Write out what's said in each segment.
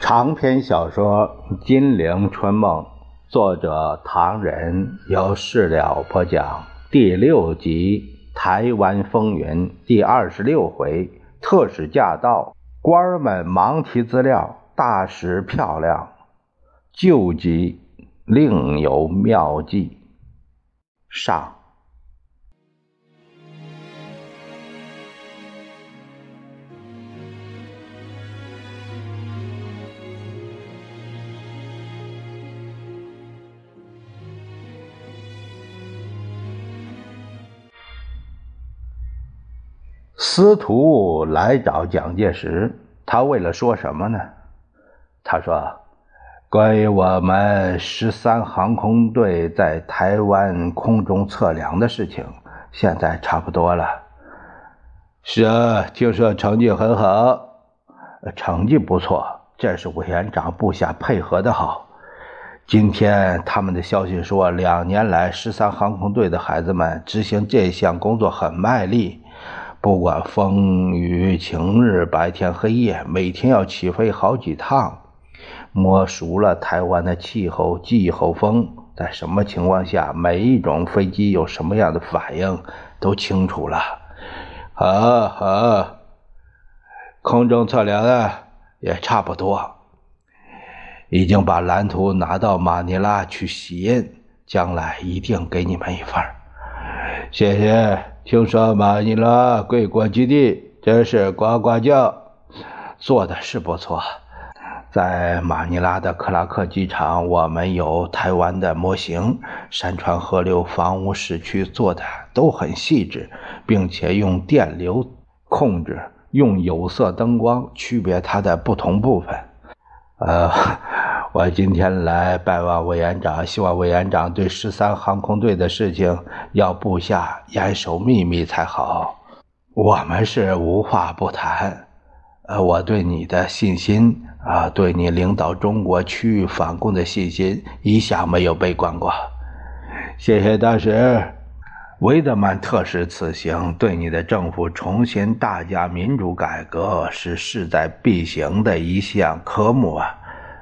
长篇小说《金陵春梦》，作者唐人，由事了播讲。第6集《台湾风云》第26回，特使驾到，官儿们忙提资料，大使漂亮，救急另有妙计。上。司徒来找蒋介石，他为了说什么呢？他说，关于我们13航空队在台湾空中测量的事情，现在差不多了。是啊，听说成绩很好。成绩不错，这是委员长部下配合的好。今天他们的消息说，2年来13航空队的孩子们执行这项工作很卖力，不管风雨晴日，白天黑夜，每天要起飞好几趟，摸熟了台湾的气候、季候风，在什么情况下每一种飞机有什么样的反应都清楚了。好，空中测量的也差不多，已经把蓝图拿到马尼拉去洗印，将来一定给你们一份。谢谢。听说马尼拉贵国基地真是呱呱叫，做的是不错。在马尼拉的克拉克机场，我们有台湾的模型，山川河流、房屋、市区做的都很细致，并且用电流控制，用有色灯光区别它的不同部分。我今天来拜望委员长，希望委员长对13航空队的事情要部下严守秘密才好。我们是无话不谈。我对你的信心对你领导中国区域反攻的信心一向没有悲观过。谢谢大使。维德曼特使此行对你的政府重新大加民主改革是势在必行的一项科目啊。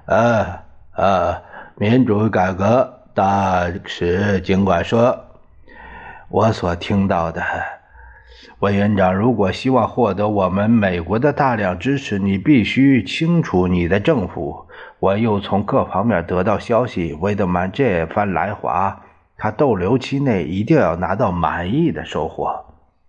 民主改革，大使尽管说。我所听到的，委员长如果希望获得我们美国的大量支持，你必须清楚你的政府。我又从各方面得到消息，维德曼这番来华，他逗留期内一定要拿到满意的收获。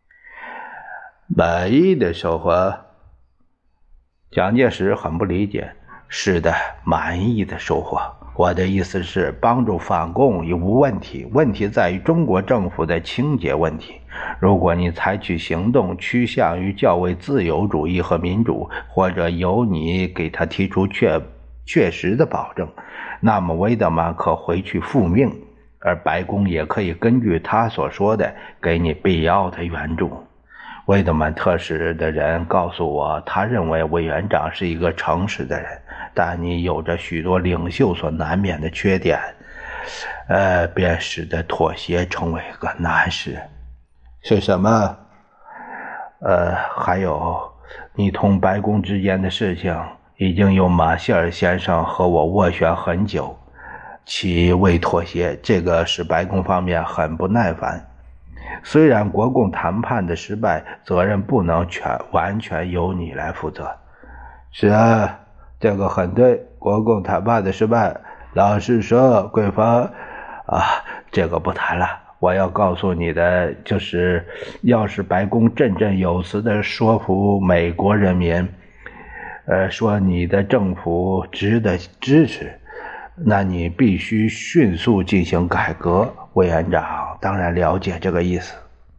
满意的收获？蒋介石很不理解。是的，满意的收获。我的意思是，帮助反共也无问题，问题在于中国政府的清洁问题。如果你采取行动趋向于较为自由主义和民主，或者由你给他提出确实的保证，那么维德曼可回去复命，而白宫也可以根据他所说的给你必要的援助。维德曼特使的人告诉我，他认为委员长是一个诚实的人，但你有着许多领袖所难免的缺点，便使得妥协成为个难事。是什么？还有，你同白宫之间的事情，已经有马歇尔先生和我斡旋很久，其未妥协，这个使白宫方面很不耐烦。虽然国共谈判的失败，责任不能完全由你来负责。是啊，这个很对，国共谈判的失败，老实说，贵方这个不谈了。我要告诉你的就是，要是白宫振振有词地说服美国人民，说你的政府值得支持，那你必须迅速进行改革。委员长当然了解这个意思。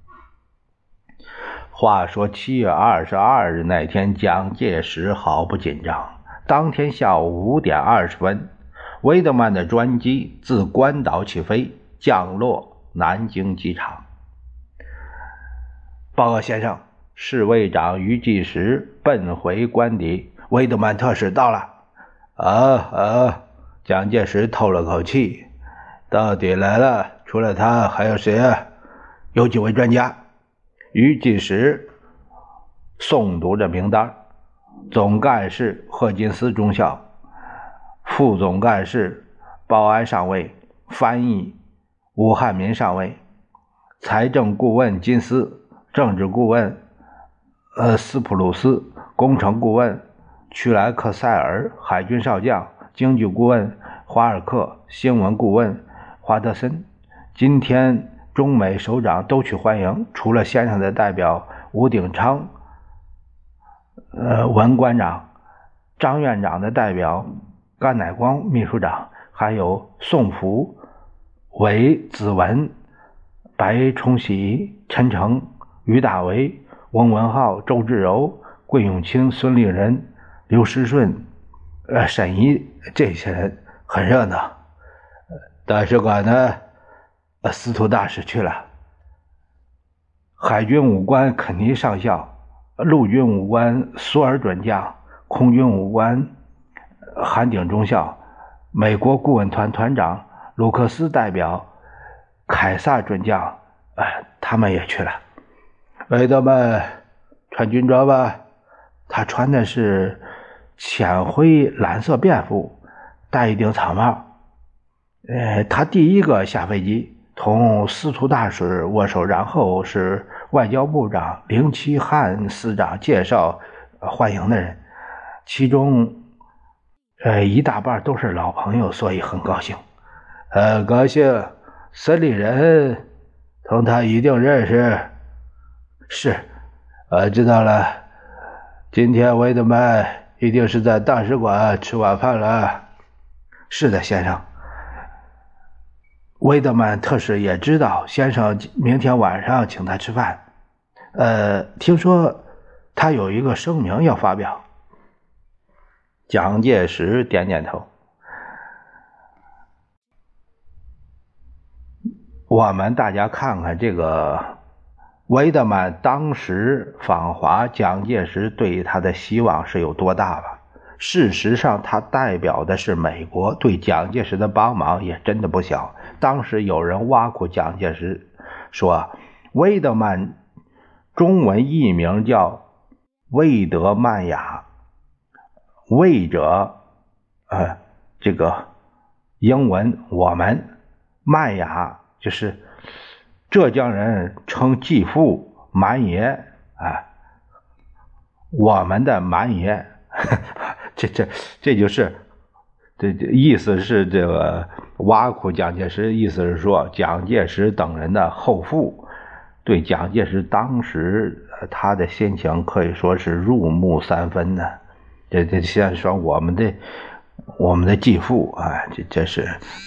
话说7月22日那天，蒋介石毫不紧张。当天下午5点20分，维德曼的专机自关岛起飞，降落南京机场。报告先生，侍卫长于继时奔回官邸，维德曼特使到了。蒋介石透了口气，到底来了，除了他还有谁啊？有几位专家。于继时诵读着名单，总干事赫金斯中校， 副总干事鲍安上尉，翻译吴汉民上尉，财政顾问金斯，政治顾问斯普鲁斯，工程顾问屈莱克塞尔，海军少将，经济顾问华尔克，新闻顾问华德森。今天中美首长都去欢迎，除了先生的代表吴鼎昌文官长，张院长的代表甘乃光秘书长，还有宋福、韦子文、白崇禧、陈诚、于大为、翁文浩、周志柔、桂永清、孙立人、刘时顺、沈怡，这些人很热闹。大使馆呢，司徒大使去了，海军武官肯尼上校，陆军武官苏尔准将，空军武官韩鼎中校，美国顾问团团长卢克斯代表凯撒准将，他们也去了。韦德曼穿军装吧？他穿的是浅灰蓝色便服，戴一顶草帽。他第一个下飞机，同司徒大使握手，然后是外交部长林奇汉司长介绍欢迎的人，其中一大半都是老朋友，所以很高兴。很高兴，孙立人同他一定认识。是，知道了。今天韦德曼一定是在大使馆吃晚饭了。是的，先生。韦德曼特使也知道先生明天晚上请他吃饭。听说他有一个声明要发表。蒋介石点点头。我们大家看看这个韦德曼当时访华，蒋介石对他的希望是有多大吧？事实上他代表的是美国，对蒋介石的帮忙也真的不小。当时有人挖苦蒋介石说，韦德曼中文译名叫魏德曼雅，魏者这个英文我们，曼雅就是浙江人称继父蛮爷我们的蛮爷这就是这意思是这个挖苦蒋介石，意思是说蒋介石等人的后父。对蒋介石当时他的心情可以说是入木三分呢。这现在说我们的继父这是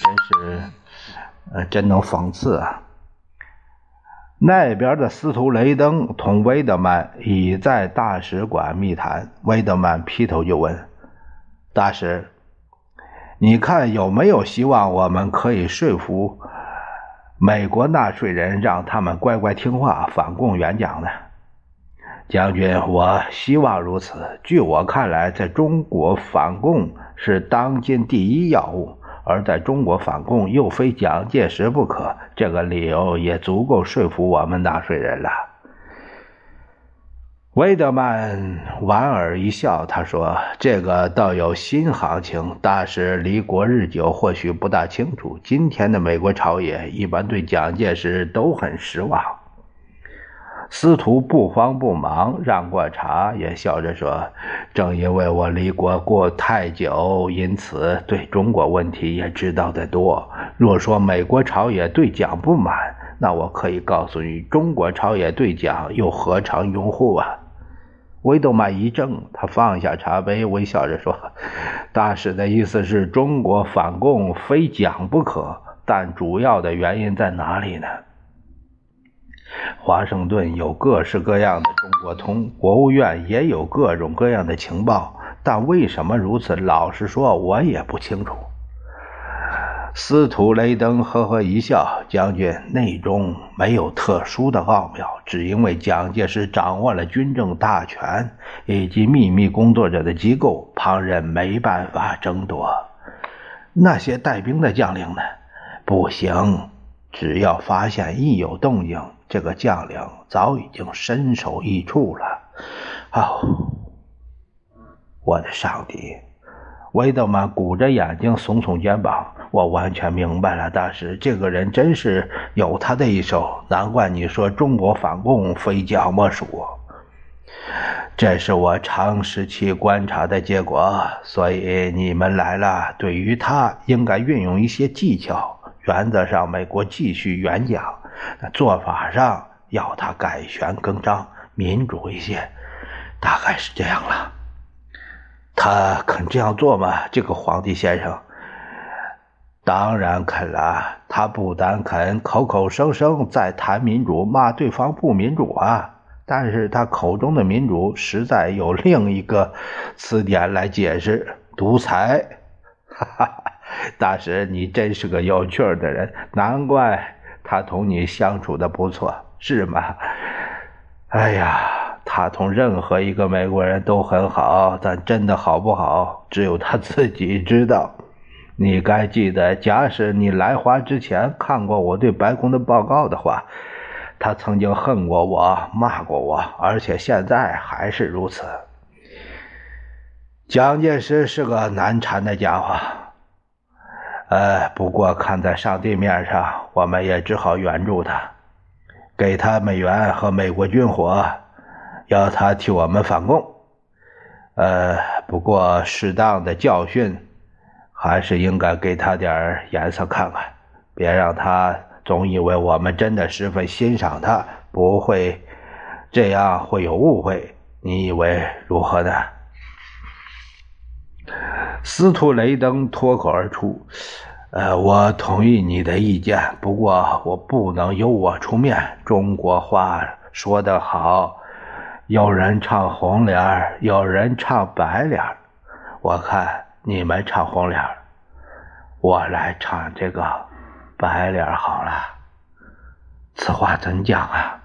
真能讽刺啊。那边的司徒雷登同韦德曼已在大使馆密谈，韦德曼劈头就问大使，你看有没有希望我们可以说服美国纳税人让他们乖乖听话反共援蒋呢？将军，我希望如此。据我看来，在中国反共是当今第一要务，而在中国反共又非蒋介石不可，这个理由也足够说服我们纳税人了。韦德曼莞尔一笑，他说，这个倒有新行情，大使离国日久，或许不大清楚，今天的美国朝野一般对蒋介石都很失望。司徒不慌不忙让过茶，也笑着说，正因为我离国过太久，因此对中国问题也知道得多。若说美国朝野对蒋不满，那我可以告诉你，中国朝野对蒋又何尝拥护啊？韦德曼一怔，他放下茶杯，微笑着说，大使的意思是中国反共非蒋不可，但主要的原因在哪里呢？华盛顿有各式各样的中国通，国务院也有各种各样的情报，但为什么如此，老实说我也不清楚。司徒雷登呵呵一笑，将军，内中没有特殊的奥妙，只因为蒋介石掌握了军政大权以及秘密工作者的机构，旁人没办法争夺。那些带兵的将领呢？不行，只要发现一有动静，这个将领早已经身首异处了。我的上帝， 维德曼鼓着眼睛，耸耸肩膀。我完全明白了，大师，这个人真是有他的一手，难怪你说中国反共非将莫属。这是我长时期观察的结果，所以你们来了，对于他应该运用一些技巧。原则上，美国继续援蒋，做法上要他改弦更张，民主一些，大概是这样了。他肯这样做吗？这个皇帝先生？当然肯了，他不但肯口口声声在谈民主，骂对方不民主啊，但是他口中的民主实在有另一个词典来解释，独裁。哈哈，大师，你真是个有趣的人，难怪他同你相处的不错，是吗？哎呀，他同任何一个美国人都很好，但真的好不好，只有他自己知道。你该记得，假使你来华之前看过我对白宫的报告的话，他曾经恨过我，骂过我，而且现在还是如此。蒋介石是个难缠的家伙，不过看在上帝面上，我们也只好援助他，给他美元和美国军火，要他替我们反共。不过适当的教训还是应该给他点颜色看看，别让他总以为我们真的十分欣赏他，不会，这样会有误会，你以为如何呢？司徒雷登脱口而出，我同意你的意见，不过我不能由我出面。中国话说得好，有人唱红脸，有人唱白脸，我看你们唱红脸，我来唱这个白脸好了。此话怎讲啊？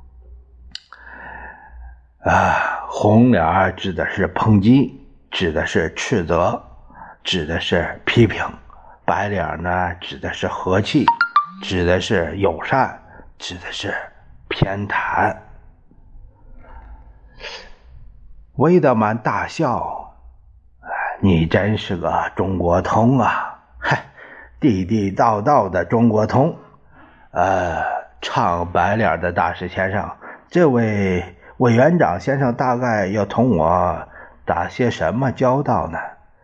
红脸指的是抨击，指的是斥责，指的是批评；白脸呢，指的是和气，指的是友善，指的是偏袒。威德曼大笑，你真是个中国通啊，嗨，地地道道的中国通。唱白脸的大使先生，这位委员长先生大概要同我打些什么交道呢？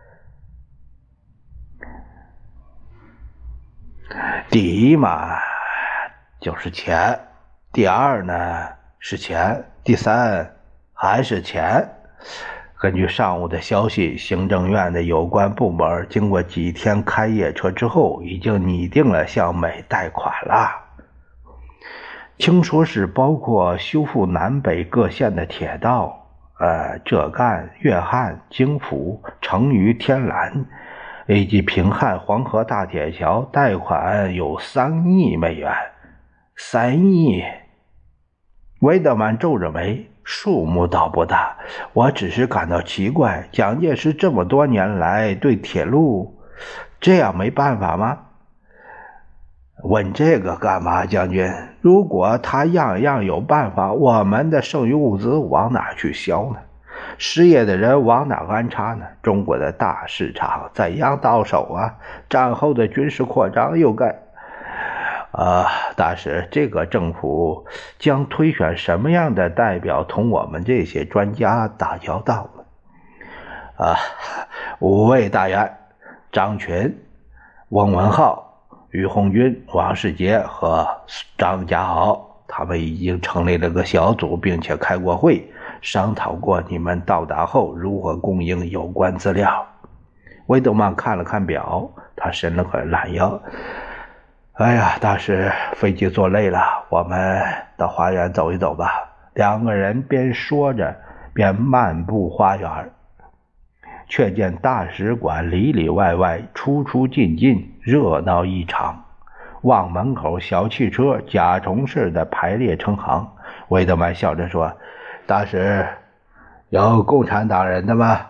第一嘛，就是钱；第二呢是钱；第三还是钱。根据上午的消息，行政院的有关部门经过几天开夜车之后，已经拟定了向美贷款了。听说是包括修复南北各县的铁道，浙赣、粤汉、京府、成渝、天蓝，以及平汉黄河大铁桥，贷款有3亿美元。3亿？维德曼皱着眉，数目倒不大，我只是感到奇怪，蒋介石这么多年来对铁路这样没办法吗？问这个干嘛，将军？如果他样样有办法，我们的剩余物资往哪去销呢？失业的人往哪安插呢？中国的大市场怎样到手啊？战后的军事扩张又该……大使，这个政府将推选什么样的代表同我们这些专家打交道呢？5位大员：张群、翁文浩、于鸿钧、王世杰和张家豪，他们已经成立了个小组，并且开过会，商讨过你们到达后如何供应有关资料。维德曼看了看表，他伸了个懒腰。哎呀，大使，飞机坐累了，我们到花园走一走吧。2个人边说着边漫步花园，却见大使馆里里外外出出进进，热闹异常。望门口小汽车甲虫似的排列成行。维德曼笑着说：“大使，有共产党人的吗？”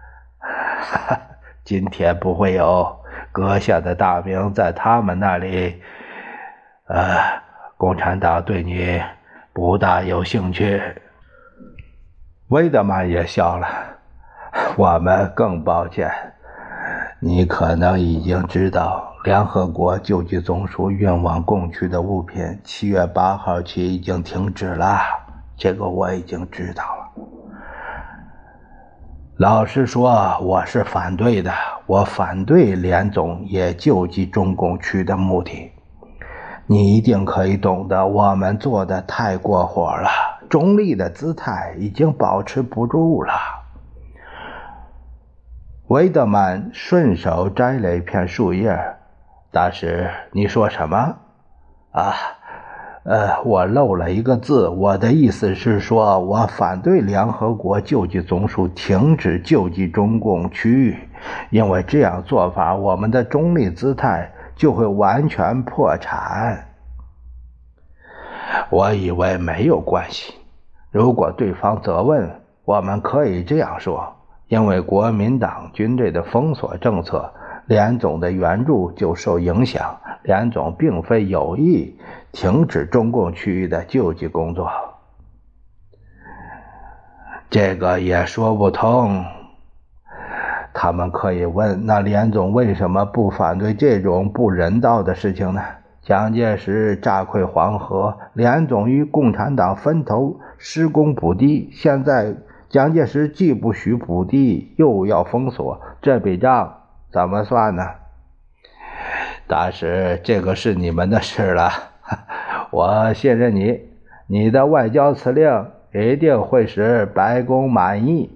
今天不会有，阁下的大名在他们那里。共产党对你不大有兴趣。维德曼也笑了。我们更抱歉， 你可能已经知道，联合国救济总署运往共区的物品7月8号起已经停止了，这个我已经知道了。老实说，我是反对的，我反对联总也救济中共区的目的。你一定可以懂得，我们做的太过火了，中立的姿态已经保持不住了。维德曼顺手摘了一片树叶。大使，你说什么？我漏了一个字，我的意思是说，我反对联合国救济总署停止救济中共区域，因为这样做法，我们的中立姿态就会完全破产。我以为没有关系，如果对方责问，我们可以这样说，因为国民党军队的封锁政策，联总的援助就受影响，联总并非有意停止中共区域的救济工作。这个也说不通。他们可以问，那联总为什么不反对这种不人道的事情呢？蒋介石炸溃黄河，联总与共产党分头施工补地，现在蒋介石既不许补地，又要封锁，这笔账怎么算呢？大使，这个是你们的事了，我信任你，你的外交辞令一定会使白宫满意。